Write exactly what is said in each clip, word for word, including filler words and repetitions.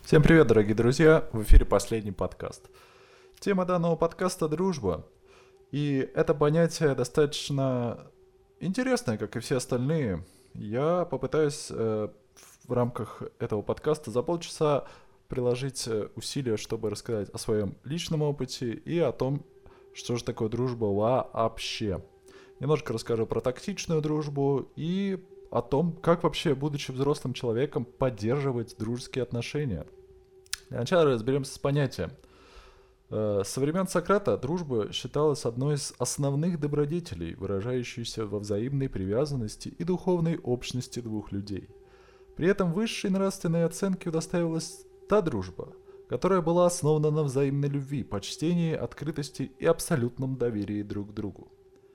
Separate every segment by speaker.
Speaker 1: Всем привет, дорогие друзья! В эфире последний подкаст. Тема данного подкаста — дружба. И это понятие достаточно интересное, как и все остальные. Я попытаюсь э, в рамках этого подкаста за полчаса приложить э, усилия, чтобы рассказать о своем личном опыте и о том, что же такое дружба вообще. Немножко расскажу про токсичную дружбу и о том, как вообще, будучи взрослым человеком, поддерживать дружеские отношения. Для начала разберемся с понятием. Э, Со времен Сократа дружба считалась одной из основных добродетелей, выражающейся во взаимной привязанности и духовной общности двух людей. При этом высшей нравственной оценки удостаивалась та дружба, которая была основана на взаимной любви, почтении, открытости и абсолютном доверии друг к другу.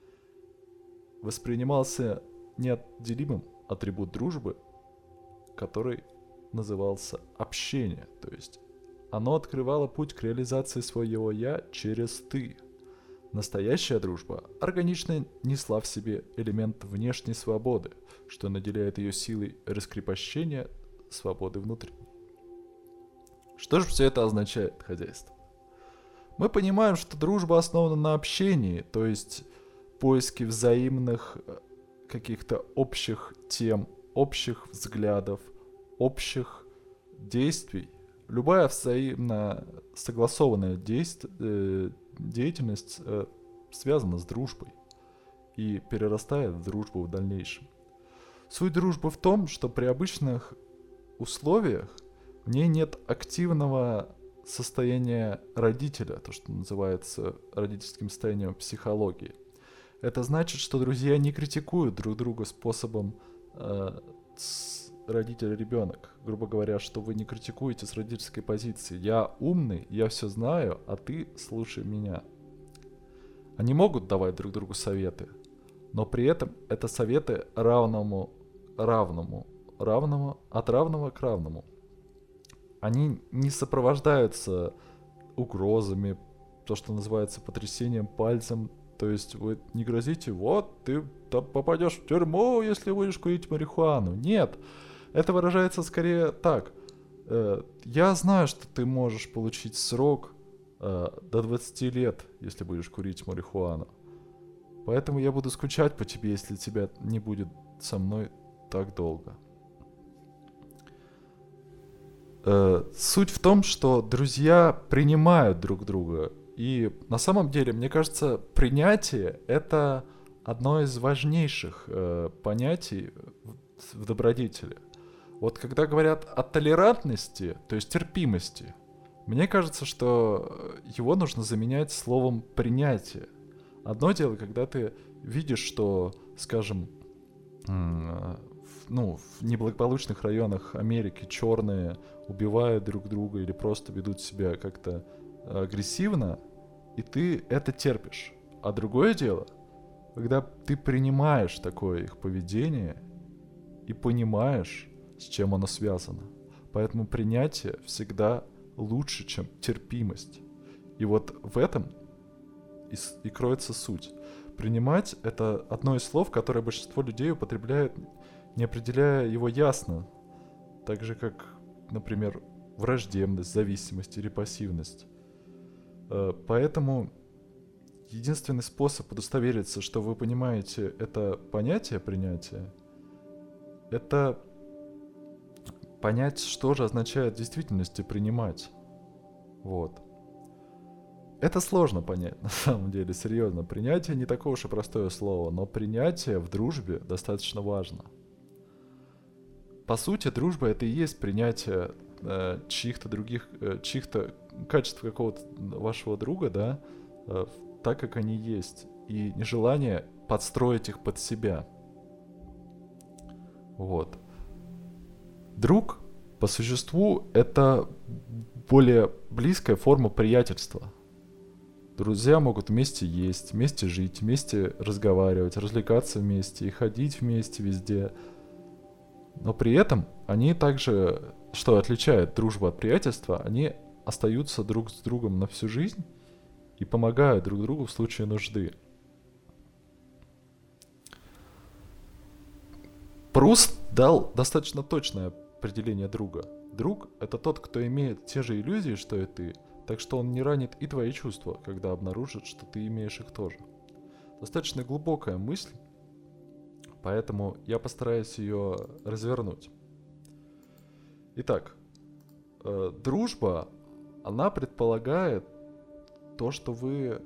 Speaker 1: Воспринимался неотделимым атрибут дружбы, который назывался общение, то есть оно открывало путь к реализации своего «я» через «ты». Настоящая дружба органично несла в себе элемент внешней свободы, что наделяет ее силой раскрепощения свободы внутренней. Что же все это означает, хозяйство? Мы понимаем, что дружба основана на общении, то есть поиске взаимных каких-то общих тем, общих взглядов, общих действий. Любая взаимно согласованная действ... э, деятельность э, связана с дружбой и перерастает в дружбу в дальнейшем. Суть дружбы в том, что при обычных условиях в ней нет активного состояния родителя, то, что называется родительским состоянием психологии. Это значит, что друзья не критикуют друг друга способом э, родитель-ребенок. Грубо говоря, что вы не критикуете с родительской позиции. Я умный, я все знаю, а ты слушай меня. Они могут давать друг другу советы, но при этом это советы равному, равному, равному, от равного к равному. Они не сопровождаются угрозами, то, что называется потрясением пальцем. То есть вы не грозите, вот, ты попадешь в тюрьму, если будешь курить марихуану. Нет, это выражается скорее так. Э, я знаю, что ты можешь получить срок э, до двадцати лет, если будешь курить марихуану. Поэтому я буду скучать по тебе, если тебя не будет со мной так долго. Э, суть в том, что друзья принимают друг друга. И на самом деле, мне кажется, принятие — это одно из важнейших э, понятий в, в добродетели. Вот когда говорят о толерантности, то есть терпимости, мне кажется, что его нужно заменять словом принятие. Одно дело, когда ты видишь, что, скажем, в, ну, в неблагополучных районах Америки черные убивают друг друга или просто ведут себя как-то агрессивно, и ты это терпишь. А другое дело, когда ты принимаешь такое их поведение и понимаешь, с чем оно связано. Поэтому принятие всегда лучше, чем терпимость. И вот в этом и, и кроется суть. Принимать — это одно из слов, которое большинство людей употребляют, не определяя его ясно. Так же, как, например, враждебность, зависимость или пассивность. Поэтому единственный способ удостовериться, что вы понимаете это понятие принятия, это понять, что же означает в действительности принимать. Вот. Это сложно понять, на самом деле, серьезно. Принятие не такое уж и простое слово, но принятие в дружбе достаточно важно. По сути, дружба — это и есть принятие э, чьих-то других, э, чьих-то качеств какого-то вашего друга, да, э, так, как они есть, и нежелание подстроить их под себя. Вот. Друг, по существу, это более близкая форма приятельства. Друзья могут вместе есть, вместе жить, вместе разговаривать, развлекаться вместе и ходить вместе везде. Но при этом они также, что отличает дружбу от приятельства, они остаются друг с другом на всю жизнь и помогают друг другу в случае нужды. Пруст дал достаточно точное определение друга. Друг — это тот, кто имеет те же иллюзии, что и ты, так что он не ранит и твои чувства, когда обнаружит, что ты имеешь их тоже. Достаточно глубокая мысль, поэтому я постараюсь ее развернуть. Итак, э, дружба, она предполагает то, что вы...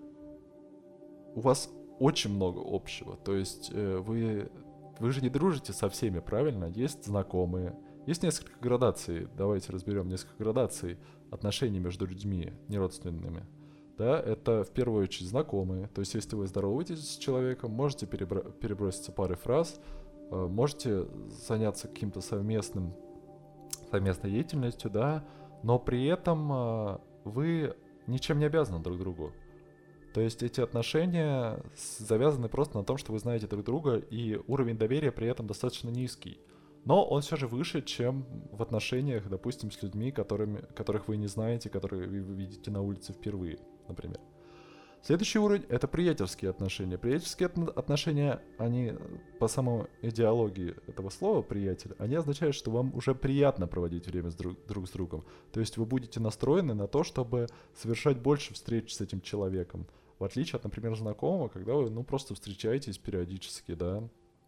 Speaker 1: У вас очень много общего. То есть э, вы, вы же не дружите со всеми, правильно? Есть знакомые. Есть несколько градаций. Давайте разберем несколько градаций отношений между людьми неродственными. Да, это в первую очередь знакомые. То есть если вы здороваетесь с человеком, можете перебро- переброситься парой фраз, э, можете заняться каким-то совместным, совместной деятельностью, да, но при этом э, вы ничем не обязаны друг другу. То есть эти отношения завязаны просто на том, что вы знаете друг друга, и уровень доверия при этом достаточно низкий. Но он все же выше, чем в отношениях, допустим, с людьми, которыми, которых вы не знаете, которые вы видите на улице впервые, например. Следующий уровень — это приятельские отношения. Приятельские отношения, они по самой идеологии этого слова «приятель», они означают, что вам уже приятно проводить время с друг, друг с другом. То есть вы будете настроены на то, чтобы совершать больше встреч с этим человеком. В отличие от, например, знакомого, когда вы, ну, просто встречаетесь периодически, да,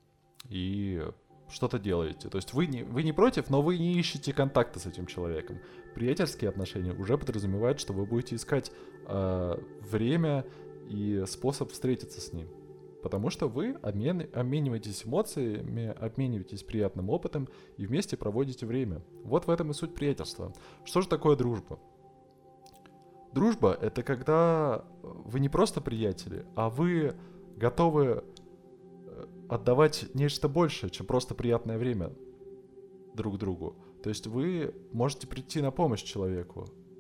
Speaker 1: и что-то делаете. То есть вы не, вы не против, но вы не ищете контакта с этим человеком. Приятельские отношения уже подразумевают, что вы будете искать э, время и способ встретиться с ним. Потому что вы обмен, обмениваетесь эмоциями, обмениваетесь приятным опытом и вместе проводите время. Вот в этом и суть приятельства. Что же такое дружба? Дружба — это когда вы не просто приятели, а вы готовы отдавать нечто большее, чем просто приятное время друг другу. То есть вы можете прийти на помощь человеку.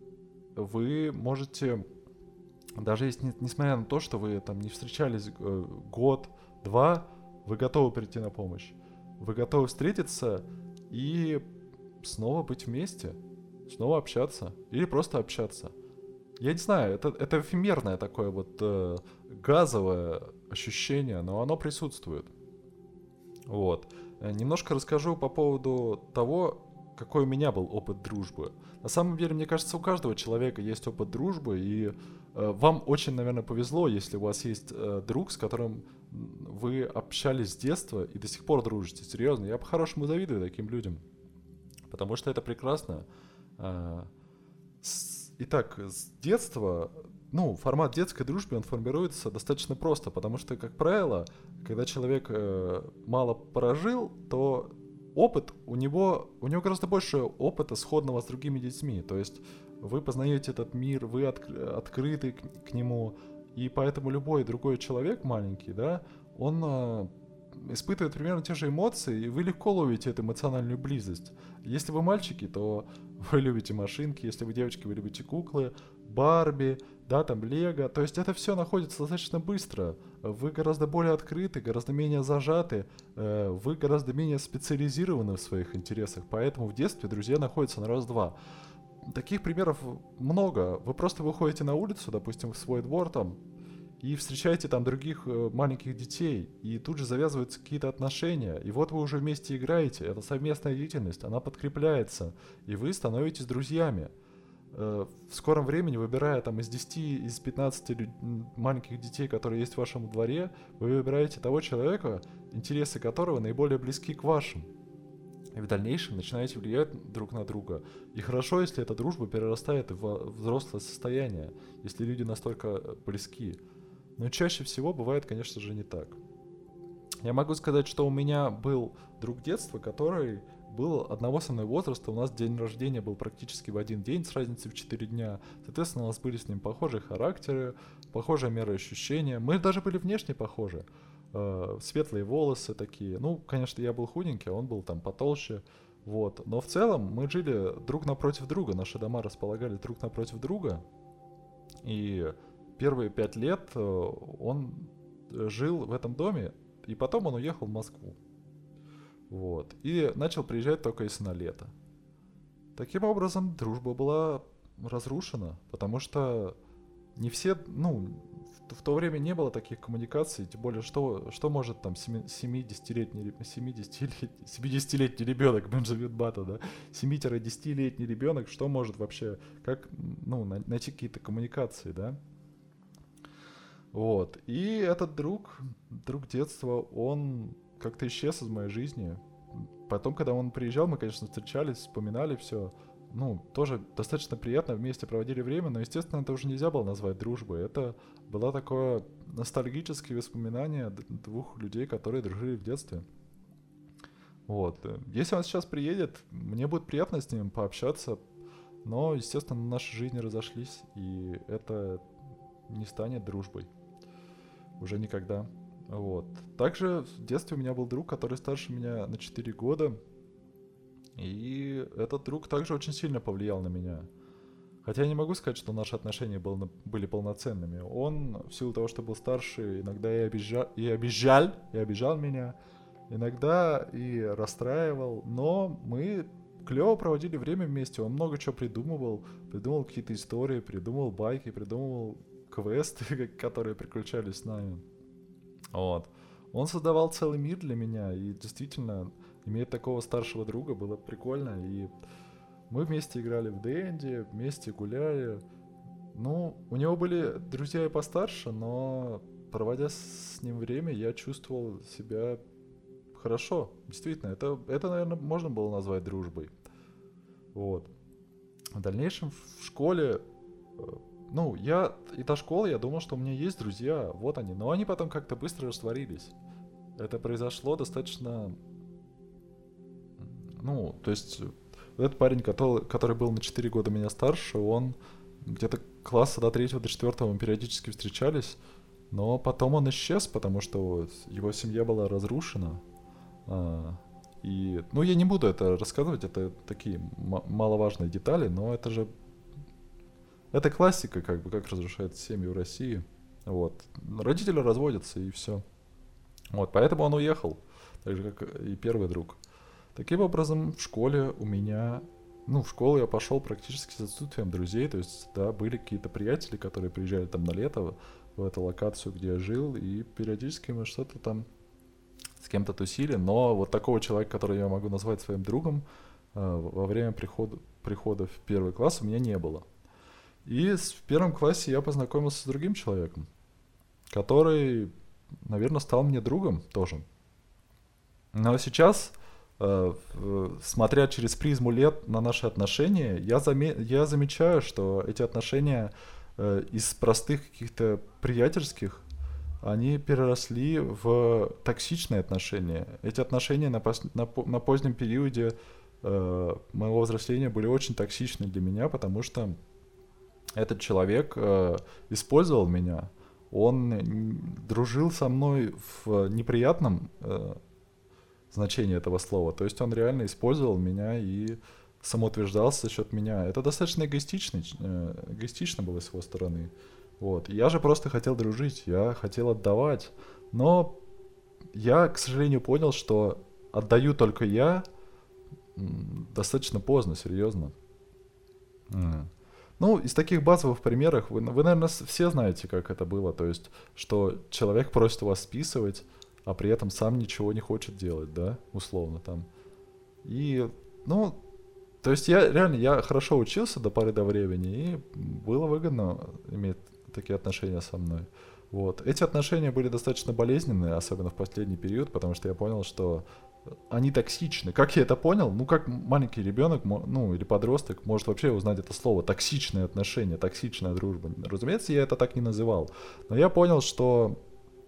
Speaker 1: Вы можете, даже если, несмотря на то, что вы там не встречались э, год, два, вы готовы прийти на помощь. Вы готовы встретиться и снова быть вместе, снова общаться или просто общаться. Я не знаю, это, это эфемерное такое вот э, газовое ощущение, но оно присутствует. Вот. Немножко расскажу по поводу того, какой у меня был опыт дружбы. На самом деле, мне кажется, у каждого человека есть опыт дружбы, и э, вам очень, наверное, повезло, если у вас есть э, друг, с которым вы общались с детства и до сих пор дружите. Серьезно, я по-хорошему завидую таким людям, потому что это прекрасно. Э, с, итак, с детства... Ну, формат детской дружбы, он формируется достаточно просто, потому что, как правило, когда человек э, мало прожил, то опыт у него, у него гораздо больше опыта, сходного с другими детьми. То есть вы познаете этот мир, вы от, открыты к, к нему, и поэтому любой другой человек маленький, да, он э, испытывает примерно те же эмоции, и вы легко ловите эту эмоциональную близость. Если вы мальчики, то вы любите машинки, если вы девочки, вы любите куклы, Барби, да, там Лего, то есть это все находится достаточно быстро. Вы гораздо более открыты, гораздо менее зажаты, вы гораздо менее специализированы в своих интересах, поэтому в детстве друзья находятся на раз-два. Таких примеров много. Вы просто выходите на улицу, допустим, в свой двор там, и встречаете там других маленьких детей, и тут же завязываются какие-то отношения, и вот вы уже вместе играете, это совместная деятельность, она подкрепляется, и вы становитесь друзьями. В скором времени, выбирая там из десяти, из пятнадцати маленьких детей, которые есть в вашем дворе, вы выбираете того человека, интересы которого наиболее близки к вашим. И в дальнейшем начинаете влиять друг на друга. И хорошо, если эта дружба перерастает в взрослое состояние, если люди настолько близки. Но чаще всего бывает, конечно же, не так. Я могу сказать, что у меня был друг детства, который был одного со мной возраста, у нас день рождения был практически в один день с разницей в четыре дня. Соответственно, у нас были с ним похожие характеры, похожие меры ощущения. Мы даже были внешне похожи. Э, светлые волосы такие. Ну, конечно, я был худенький, а он был там потолще. Вот. Но в целом мы жили друг напротив друга, наши дома располагались друг напротив друга. И первые пять лет он жил в этом доме, и потом он уехал в Москву. Вот. И начал приезжать только если на лето. Таким образом, дружба была разрушена, потому что не все, ну, в, в то время не было таких коммуникаций, тем более, что, что может там семидесятилетний, семидесятилетний, семидесятилетний ребенок, Бенджамин Баттон, да, семь-десятилетний ребенок, что может вообще, как, ну, найти какие-то коммуникации, да. Вот, и этот друг, друг детства, он как-то исчез из моей жизни. Потом, когда он приезжал, мы, конечно, встречались, вспоминали все. Ну, тоже достаточно приятно, вместе проводили время, но, естественно, это уже нельзя было назвать дружбой. Это было такое ностальгические воспоминания двух людей, которые дружили в детстве. Вот. Если он сейчас приедет, мне будет приятно с ним пообщаться, но, естественно, наши жизни разошлись, и это не станет дружбой. Уже никогда. Вот. Также в детстве у меня был друг, который старше меня на четыре года. И этот друг также очень сильно повлиял на меня. Хотя я не могу сказать, что наши отношения был, были полноценными. Он, в силу того, что был старше, иногда и обижал, и обижал, и обижал меня. Иногда и расстраивал. Но мы клево проводили время вместе. Он много чего придумывал. Придумывал какие-то истории, придумывал байки, придумывал квесты, которые приключались с нами. Вот. Он создавал целый мир для меня, и действительно, иметь такого старшего друга было прикольно, и мы вместе играли в ди энд ди, вместе гуляли. Ну, у него были друзья и постарше, но проводя с ним время, я чувствовал себя хорошо. Действительно, это, это, наверное, можно было назвать дружбой. Вот. В дальнейшем в школе... Ну, я и до школы я думал, что у меня есть друзья, вот они. Но они потом как-то быстро растворились. Это произошло достаточно... Ну, то есть, этот парень, который, который был на четыре года меня старше, он где-то класса до третьего, до четвертого мы периодически встречались, но потом он исчез, потому что вот его семья была разрушена. А, и, ну, я не буду это рассказывать, это такие м- маловажные детали, но это же... Это классика, как бы, как разрушают семьи в России. Вот. Родители разводятся, и все. Вот, поэтому он уехал, так же, как и первый друг. Таким образом, в школе у меня... Ну, в школу я пошел практически с отсутствием друзей, то есть, да, были какие-то приятели, которые приезжали там на лето в эту локацию, где я жил, и периодически мы что-то там с кем-то тусили, но вот такого человека, который я могу назвать своим другом, во время прихода, прихода в первый класс у меня не было. И в первом классе я познакомился с другим человеком, который, наверное, стал мне другом тоже. Но сейчас, э, смотря через призму лет на наши отношения, я, заме- я замечаю, что эти отношения э, из простых каких-то приятельских, они переросли в токсичные отношения. Эти отношения на, пос- на, по- на позднем периоде э, моего взросления были очень токсичны для меня, потому что этот человек э, использовал меня, он дружил со мной в неприятном э, значении этого слова, то есть он реально использовал меня и самоутверждался за счет меня. Это достаточно эгоистично, э, эгоистично было с его стороны. Вот. Я же просто хотел дружить, я хотел отдавать, но я, к сожалению, понял, что отдаю только я м, достаточно поздно, серьезно. М. Ну, из таких базовых примеров, вы, вы, наверное, все знаете, как это было. То есть, что человек просит вас списывать, а при этом сам ничего не хочет делать, да, условно там. И, ну, то есть я реально, я хорошо учился до поры до времени, и было выгодно иметь такие отношения со мной. Вот. Эти отношения были достаточно болезненные, особенно в последний период, потому что я понял, что они токсичны. Как я это понял? Ну, как маленький ребенок, ну, или подросток может вообще узнать это слово токсичные отношения, токсичная дружба. Разумеется, я это так не называл. Но я понял, что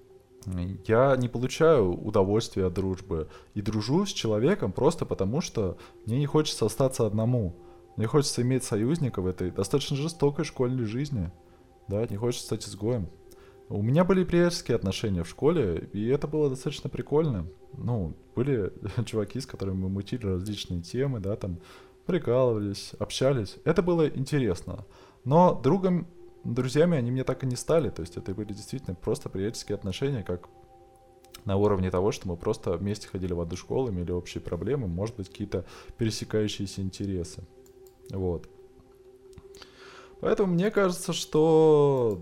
Speaker 1: я не получаю удовольствия от дружбы и дружу с человеком просто потому, что мне не хочется остаться одному. Мне хочется иметь союзника в этой достаточно жестокой школьной жизни. Да, не хочется стать изгоем. У меня были приятельские отношения в школе, и это было достаточно прикольно. Ну, были чуваки, с которыми мы мутили различные темы, да, там, прикалывались, общались. Это было интересно. Но другом, друзьями они мне так и не стали. То есть это были действительно просто приятельские отношения, как на уровне того, что мы просто вместе ходили в одну школу, имели общие проблемы, может быть, какие-то пересекающиеся интересы. Вот. Поэтому мне кажется, что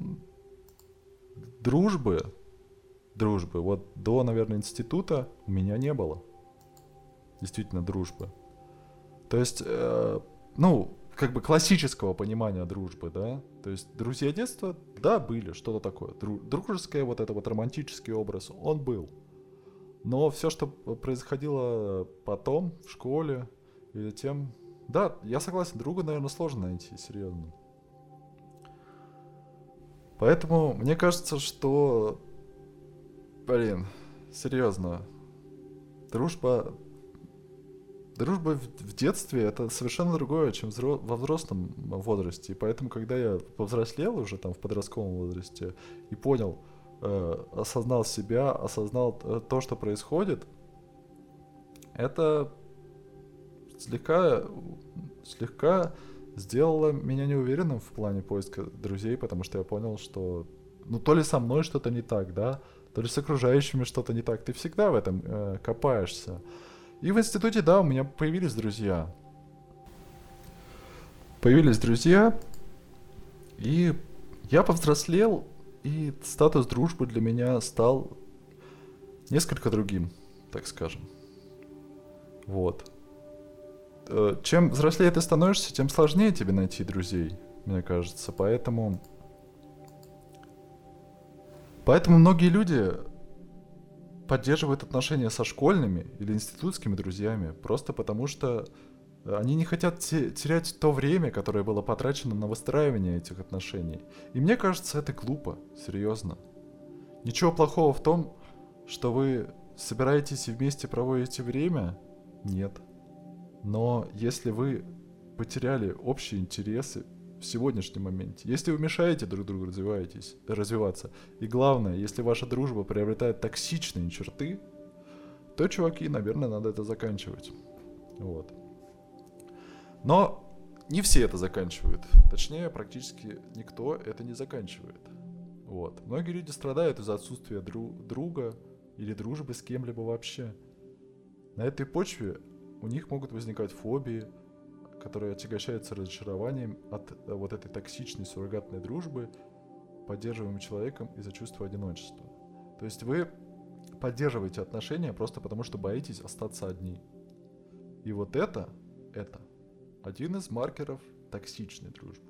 Speaker 1: дружбы, дружбы, вот до, наверное, института у меня не было. Действительно, дружбы. То есть, э, ну, как бы классического понимания дружбы, да? То есть друзья детства, да, были, что-то такое. Дру- дружеское, вот это вот романтический образ, он был. Но все, что происходило потом, в школе, или тем... Да, я согласен, друга, наверное, сложно найти, серьезно. Поэтому мне кажется, что... Блин, серьезно. Дружба... Дружба в, в детстве это совершенно другое, чем взро- во взрослом возрасте. И поэтому, когда я повзрослел уже там в подростковом возрасте и понял, э, осознал себя, осознал э, то, что происходит, это слегка, слегка сделало меня неуверенным в плане поиска друзей, потому что я понял, что ну то ли со мной что-то не так, да, то ли с окружающими что-то не так. Ты всегда в этом э, копаешься. И в институте, да, у меня появились друзья. Появились друзья, и я повзрослел, и статус дружбы для меня стал несколько другим, так скажем. Вот. Чем взрослее ты становишься, тем сложнее тебе найти друзей, мне кажется. Поэтому... Поэтому многие люди поддерживают отношения со школьными или институтскими друзьями просто потому, что они не хотят те- терять то время, которое было потрачено на выстраивание этих отношений. И мне кажется, это глупо, серьезно. Ничего плохого в том, что вы собираетесь и вместе проводите время, нет. Но если вы потеряли общие интересы в сегодняшнем моменте, если вы мешаете друг другу развиваетесь, развиваться, и главное, если ваша дружба приобретает токсичные черты, то, чуваки, наверное, надо это заканчивать. Вот. Но не все это заканчивают. Точнее, практически никто это не заканчивает. Вот. Многие люди страдают из-за отсутствия дру- друга или дружбы с кем-либо вообще. На этой почве у них могут возникать фобии, которые отягощаются разочарованием от э, вот этой токсичной суррогатной дружбы, поддерживаемой человеком из-за чувства одиночества. То есть вы поддерживаете отношения просто потому, что боитесь остаться одни. И вот это, это один из маркеров токсичной дружбы.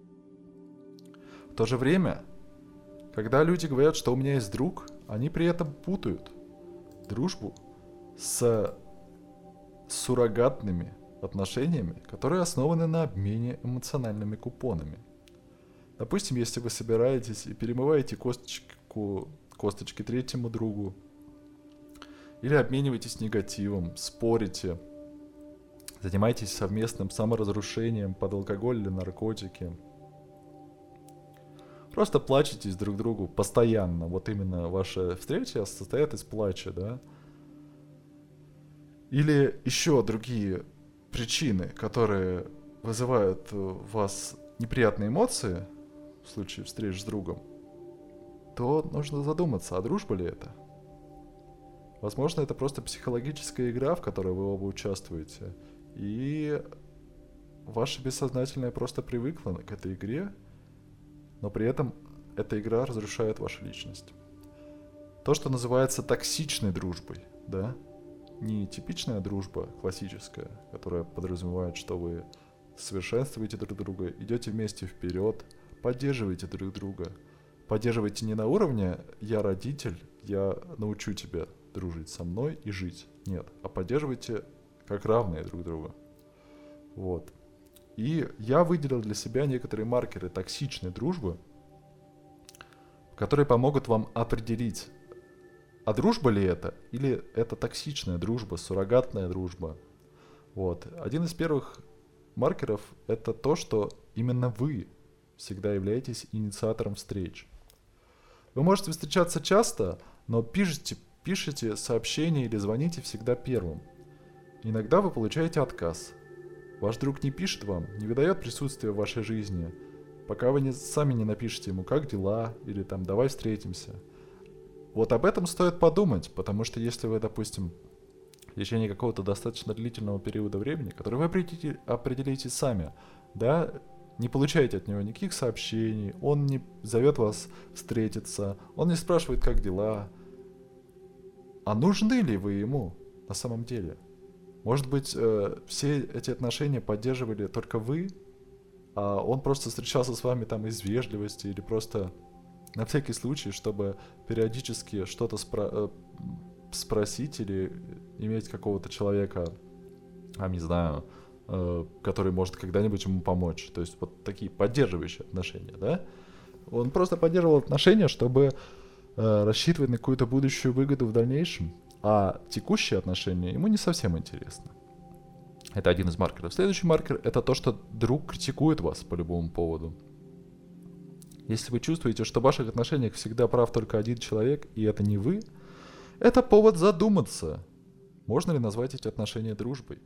Speaker 1: В то же время, когда люди говорят, что у меня есть друг, они при этом путают дружбу с суррогатными отношениями, которые основаны на обмене эмоциональными купонами. Допустим, если вы собираетесь и перемываете косточку, косточки третьему другу, или обмениваетесь негативом, спорите, занимаетесь совместным саморазрушением под алкоголь или наркотики, просто плачетесь друг другу постоянно. Вот именно ваша встреча состоит из плача, да? Или еще другие причины, которые вызывают у вас неприятные эмоции в случае встреч с другом, то нужно задуматься, а дружба ли это? Возможно, это просто психологическая игра, в которой вы оба участвуете, и ваше бессознательное просто привыкло к этой игре, но при этом эта игра разрушает вашу личность. То, что называется токсичной дружбой, да? Не типичная дружба классическая, которая подразумевает, что вы совершенствуете друг друга, идете вместе вперед, поддерживаете друг друга. Поддерживаете не на уровне «я родитель, я научу тебя дружить со мной и жить». Нет, а поддерживайте как равные друг друга. Вот. И я выделил для себя некоторые маркеры токсичной дружбы, которые помогут вам определить, а дружба ли это, или это токсичная дружба, суррогатная дружба. Вот. Один из первых маркеров — это то, что именно вы всегда являетесь инициатором встреч. Вы можете встречаться часто, но пишите, пишите сообщения или звоните всегда первым. Иногда вы получаете отказ. Ваш друг не пишет вам, не выдает присутствие в вашей жизни, пока вы не, сами не напишите ему «как дела» или там «давай встретимся». Вот об этом стоит подумать, потому что если вы, допустим, в течение какого-то достаточно длительного периода времени, который вы определите, определите сами, да, не получаете от него никаких сообщений, он не зовет вас встретиться, он не спрашивает, как дела. А нужны ли вы ему на самом деле? Может быть, э, все эти отношения поддерживали только вы, а он просто встречался с вами там из вежливости или просто на всякий случай, чтобы периодически что-то спро- э, спросить или иметь какого-то человека, а не знаю, э, который может когда-нибудь ему помочь. То есть вот такие поддерживающие отношения, да? Он просто поддерживал отношения, чтобы э, рассчитывать на какую-то будущую выгоду в дальнейшем, а текущие отношения ему не совсем интересны. Это один из маркеров. Следующий маркер — это то, что друг критикует вас по любому поводу. Если вы чувствуете, что в ваших отношениях всегда прав только один человек, и это не вы, это повод задуматься, можно ли назвать эти отношения дружбой.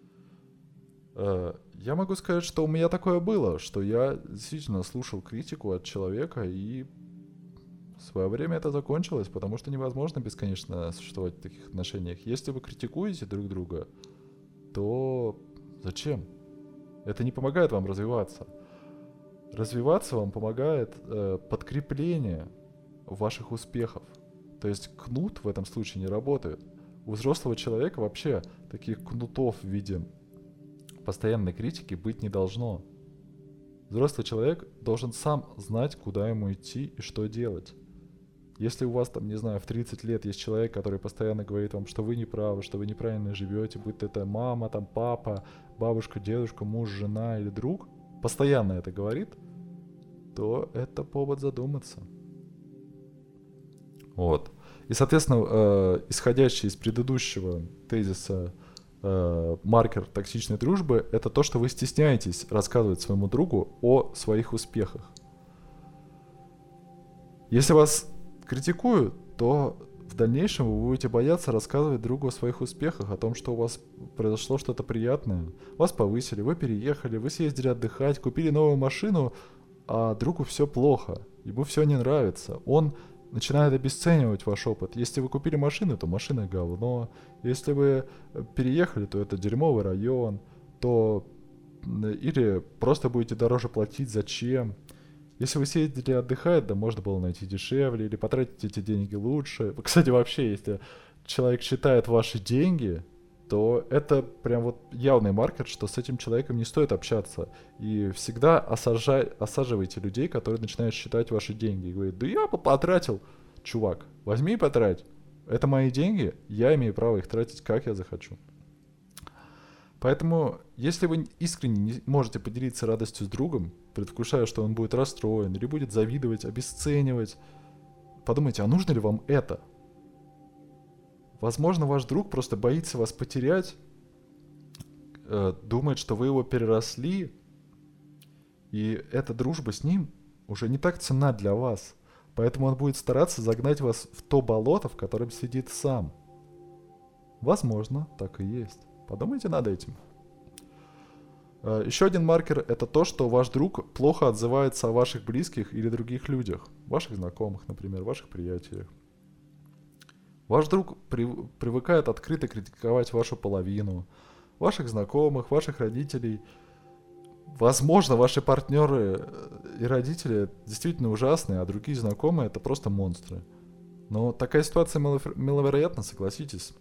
Speaker 1: Я могу сказать, что у меня такое было, что я действительно слушал критику от человека, и в свое время это закончилось, потому что невозможно бесконечно существовать в таких отношениях. Если вы критикуете друг друга, то зачем? Это не помогает вам развиваться. Развиваться вам помогает э, подкрепление ваших успехов. То есть кнут в этом случае не работает. У взрослого человека вообще таких кнутов в виде постоянной критики быть не должно. Взрослый человек должен сам знать, куда ему идти и что делать. Если у вас там, не знаю, в тридцать лет есть человек, который постоянно говорит вам, что вы не правы, что вы неправильно живете, будь это мама, там папа, бабушка, дедушка, муж, жена или друг, постоянно это говорит, то это повод задуматься. Вот. И, соответственно, э, исходящий из предыдущего тезиса э, маркер токсичной дружбы — это то, что вы стесняетесь рассказывать своему другу о своих успехах. Если вас критикуют, то в дальнейшем вы будете бояться рассказывать другу о своих успехах, о том, что у вас произошло что-то приятное. Вас повысили, вы переехали, вы съездили отдыхать, купили новую машину, а другу все плохо, ему все не нравится. Он начинает обесценивать ваш опыт. Если вы купили машину, то машина говно. Если вы переехали, то это дерьмовый район. То или просто будете дороже платить. Зачем? Если вы съездили отдыхать, да можно было найти дешевле или потратить эти деньги лучше. Кстати, вообще, если человек считает ваши деньги, то это прям вот явный маркер, что с этим человеком не стоит общаться. И всегда осажай, осаживайте людей, которые начинают считать ваши деньги. И говорят, да я потратил. Чувак, возьми и потрать. Это мои деньги, я имею право их тратить, как я захочу. Поэтому, если вы искренне не можете поделиться радостью с другом, предвкушая, что он будет расстроен или будет завидовать, обесценивать, подумайте, а нужно ли вам это? Возможно, ваш друг просто боится вас потерять, э, думает, что вы его переросли, и эта дружба с ним уже не так ценна для вас. Поэтому он будет стараться загнать вас в то болото, в котором сидит сам. Возможно, так и есть. Подумайте над этим. Э, еще один маркер — это то, что ваш друг плохо отзывается о ваших близких или других людях. Ваших знакомых, например, ваших приятелях. Ваш друг при, привыкает открыто критиковать вашу половину, ваших знакомых, ваших родителей. Возможно, ваши партнеры и родители действительно ужасные, а другие знакомые — это просто монстры. Но такая ситуация маловероятна, согласитесь.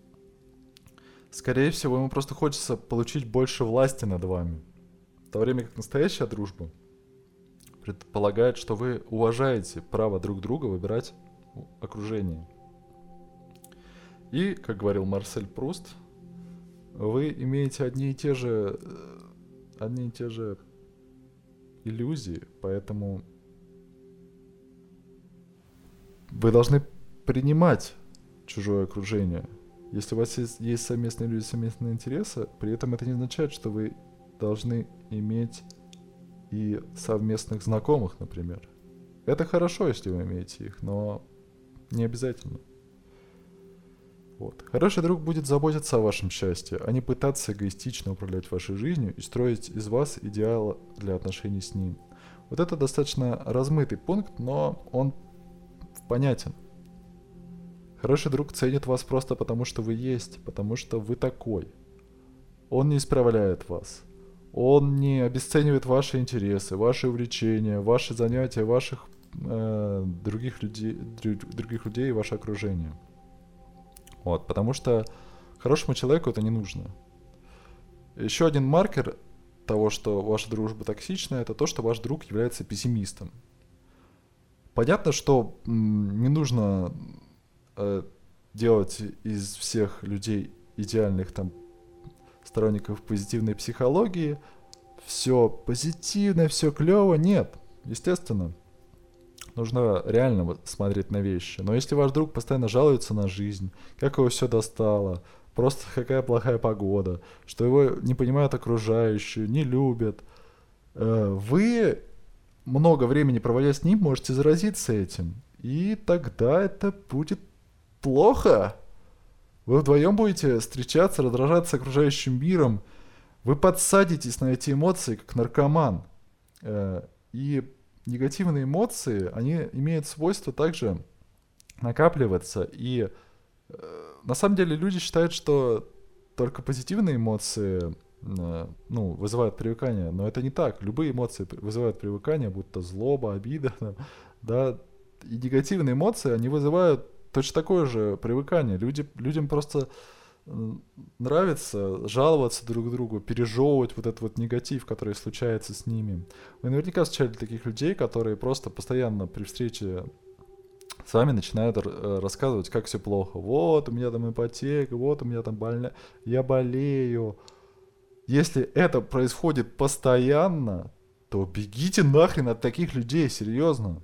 Speaker 1: Скорее всего, ему просто хочется получить больше власти над вами. В то время как настоящая дружба предполагает, что вы уважаете право друг друга выбирать окружение. И, как говорил Марсель Пруст, вы имеете одни и те же, одни и те же иллюзии, поэтому вы должны принимать чужое окружение. Если у вас есть, есть совместные люди, совместные интересы, при этом это не означает, что вы должны иметь и совместных знакомых, например. Это хорошо, если вы имеете их, но не обязательно. Вот. Хороший друг будет заботиться о вашем счастье, а не пытаться эгоистично управлять вашей жизнью и строить из вас идеал для отношений с ним. Вот это достаточно размытый пункт, но он понятен. Хороший друг ценит вас просто потому, что вы есть, потому что вы такой. Он не исправляет вас. он не обесценивает ваши интересы, ваши увлечения, ваши занятия, ваших э, других людей, других людей и ваше окружение. Вот, потому что хорошему человеку это не нужно. Еще один маркер того, что ваша дружба токсичная, это то, что ваш друг является пессимистом. Понятно, что м, не нужно э, делать из всех людей идеальных там сторонников позитивной психологии. Все позитивно, все клево. Нет, естественно. Нужно реально смотреть на вещи. Но если ваш друг постоянно жалуется на жизнь, как его все достало, просто какая плохая погода, что его не понимают окружающие, не любят, вы, много времени проводя с ним, можете заразиться этим. И тогда это будет плохо. Вы вдвоем будете встречаться, раздражаться окружающим миром. Вы подсадитесь на эти эмоции, как наркоман. И негативные эмоции, они имеют свойство также накапливаться. И на самом деле люди считают, что только позитивные эмоции ну, вызывают привыкание. Но это не так. Любые эмоции вызывают привыкание, будь то злоба, обида. Да? И негативные эмоции, они вызывают точно такое же привыкание. Люди, людям просто нравится жаловаться друг другу, пережевывать вот этот вот негатив, который случается с ними. Вы наверняка встречали таких людей, которые просто постоянно при встрече с вами начинают рассказывать, как все плохо. Вот, у меня там ипотека, вот, у меня там больно, я болею. Если это происходит постоянно, то бегите нахрен от таких людей, серьезно.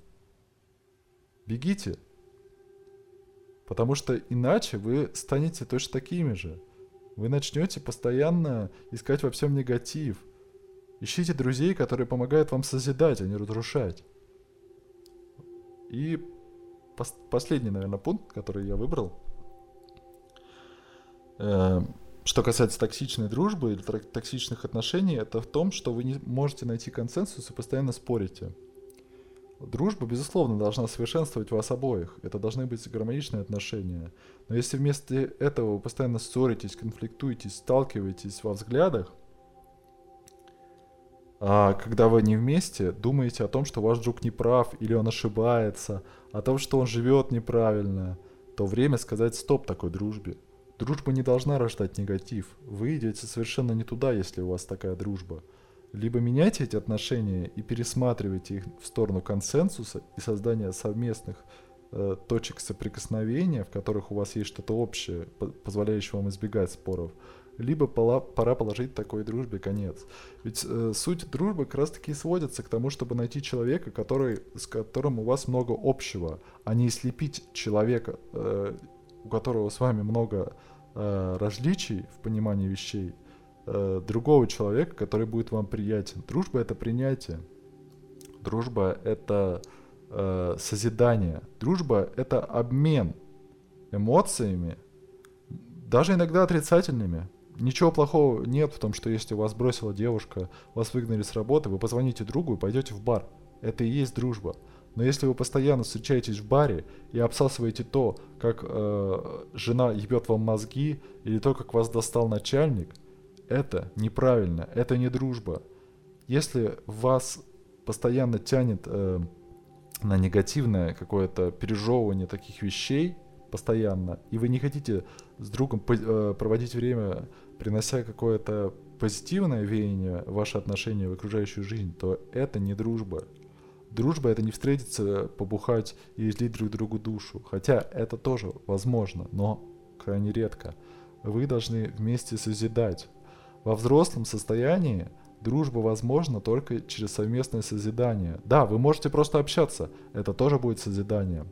Speaker 1: Бегите. Потому что иначе вы станете точно такими же. Вы начнете постоянно искать во всем негатив. Ищите друзей, которые помогают вам созидать, а не разрушать. И пос- последний, наверное, пункт, который я выбрал, э- что касается токсичной дружбы или токсичных отношений, это в том, что вы не можете найти консенсус и постоянно спорите. Дружба, безусловно, должна совершенствовать вас обоих. Это должны быть гармоничные отношения. Но если вместо этого вы постоянно ссоритесь, конфликтуетесь, сталкиваетесь во взглядах, а когда вы не вместе, думаете о том, что ваш друг не прав или он ошибается, о том, что он живет неправильно, то время сказать стоп такой дружбе. Дружба не должна рождать негатив. Вы идете совершенно не туда, если у вас такая дружба. Либо меняйте эти отношения и пересматривайте их в сторону консенсуса и создания совместных э, точек соприкосновения, в которых у вас есть что-то общее, по- позволяющее вам избегать споров. Либо пола- пора положить такой дружбе конец. Ведь э, суть дружбы как раз таки сводится к тому, чтобы найти человека, который, с которым у вас много общего, а не слепить человека, э, у которого с вами много э, различий в понимании вещей, другого человека, который будет вам приятен. Дружба — это принятие. Дружба — это э, созидание. Дружба — это обмен эмоциями, даже иногда отрицательными. Ничего плохого нет в том, что если вас бросила девушка, вас выгнали с работы, вы позвоните другу и пойдете в бар. Это и есть дружба. Но если вы постоянно встречаетесь в баре и обсасываете то, как э, жена ебет вам мозги, или то, как вас достал начальник, это неправильно, это не дружба. Если вас постоянно тянет э, на негативное какое-то пережевывание таких вещей, постоянно, и вы не хотите с другом э, проводить время, принося какое-то позитивное веяние в ваши отношения, в окружающую жизнь, то это не дружба. Дружба — это не встретиться, побухать и излить друг другу душу. Хотя это тоже возможно, но крайне редко. Вы должны вместе созидать. Во взрослом состоянии дружба возможна только через совместное созидание. Да, вы можете просто общаться, это тоже будет созидание.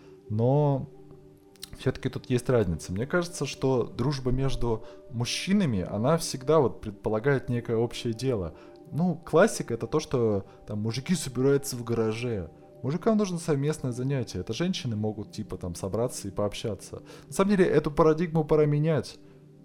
Speaker 1: Но все-таки тут есть разница. Мне кажется, что дружба между мужчинами, она всегда вот предполагает некое общее дело. Ну, классика — это то, что там мужики собираются в гараже. Мужикам нужно совместное занятие. Это женщины могут типа там собраться и пообщаться. На самом деле эту парадигму пора менять.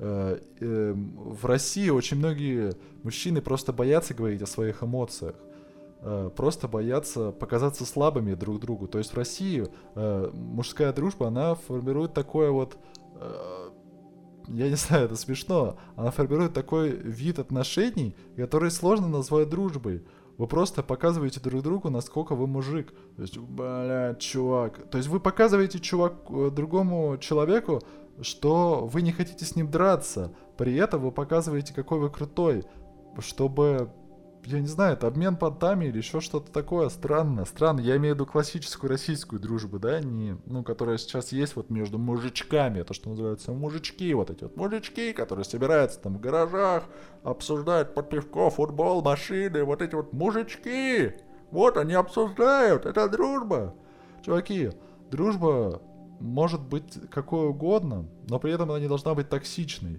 Speaker 1: В России очень многие мужчины просто боятся говорить о своих эмоциях, просто боятся показаться слабыми друг другу. То есть в России мужская дружба, она формирует такое вот я не знаю, это смешно, она формирует такой вид отношений, который сложно назвать дружбой. Вы просто показываете друг другу, насколько вы мужик. То есть, блядь, чувак. То есть вы показываете чувак, другому человеку, что вы не хотите с ним драться. При этом вы показываете, какой вы крутой. Чтобы, я не знаю, это обмен понтами или еще что-то такое. Странно, странно. Я имею в виду классическую российскую дружбу, да, не, ну, которая сейчас есть вот между мужичками. То, что называется мужички, вот эти вот мужички, которые собираются там в гаражах, обсуждают под пивко футбол, машины, вот эти вот мужички. Вот они обсуждают, это дружба. Чуваки, дружба может быть какой угодно, но при этом она не должна быть токсичной.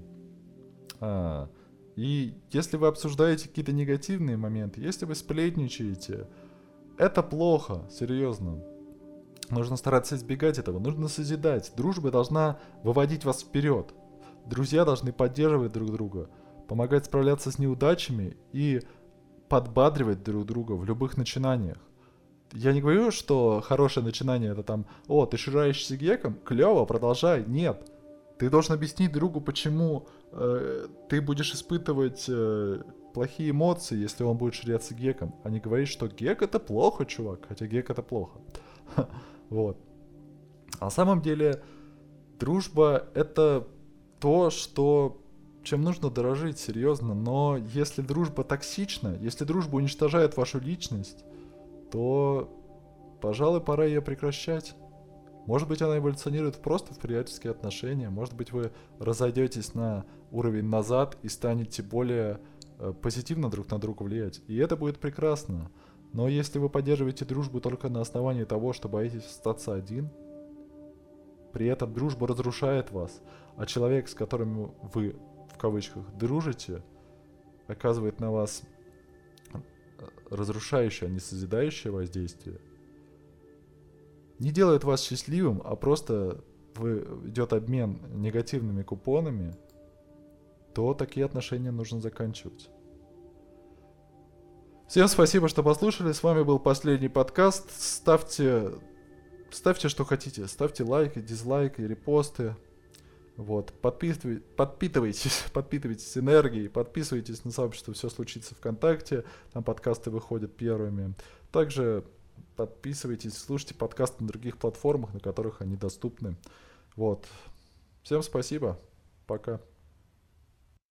Speaker 1: А, и если вы обсуждаете какие-то негативные моменты, если вы сплетничаете, это плохо, серьезно. Нужно стараться избегать этого, нужно созидать. Дружба должна выводить вас вперед. Друзья должны поддерживать друг друга, помогать справляться с неудачами и подбадривать друг друга в любых начинаниях. Я не говорю, что хорошее начинание это там, о, ты шираешься геком, клево, продолжай. Нет. Ты должен объяснить другу, почему э, ты будешь испытывать э, плохие эмоции, если он будет ширяться геком, а не говорить, что гек это плохо, чувак, хотя гек это плохо. Вот. А на самом деле дружба это то, что чем нужно дорожить, серьезно. Но если дружба токсична, если дружба уничтожает вашу личность, то, пожалуй, пора ее прекращать. Может быть, она эволюционирует просто в приятельские отношения. Может быть, вы разойдетесь на уровень назад и станете более э, позитивно друг на друга влиять. И это будет прекрасно. Но если вы поддерживаете дружбу только на основании того, что боитесь остаться один, при этом дружба разрушает вас, а человек, с которым вы, в кавычках, дружите, оказывает на вас разрушающее, а не созидающее воздействие, не делает вас счастливым, а просто вы, идет обмен негативными купонами, то такие отношения нужно заканчивать. Всем спасибо, что послушали. С вами был последний подкаст. Ставьте, ставьте что хотите. Ставьте лайки, дизлайки, репосты. Вот. Подписывай, подпитывайтесь, подпитывайтесь энергией. Подписывайтесь на сообщество «Все случится ВКонтакте». Там подкасты выходят первыми. Также подписывайтесь, слушайте подкасты на других платформах, на которых они доступны. Вот. Всем спасибо. Пока.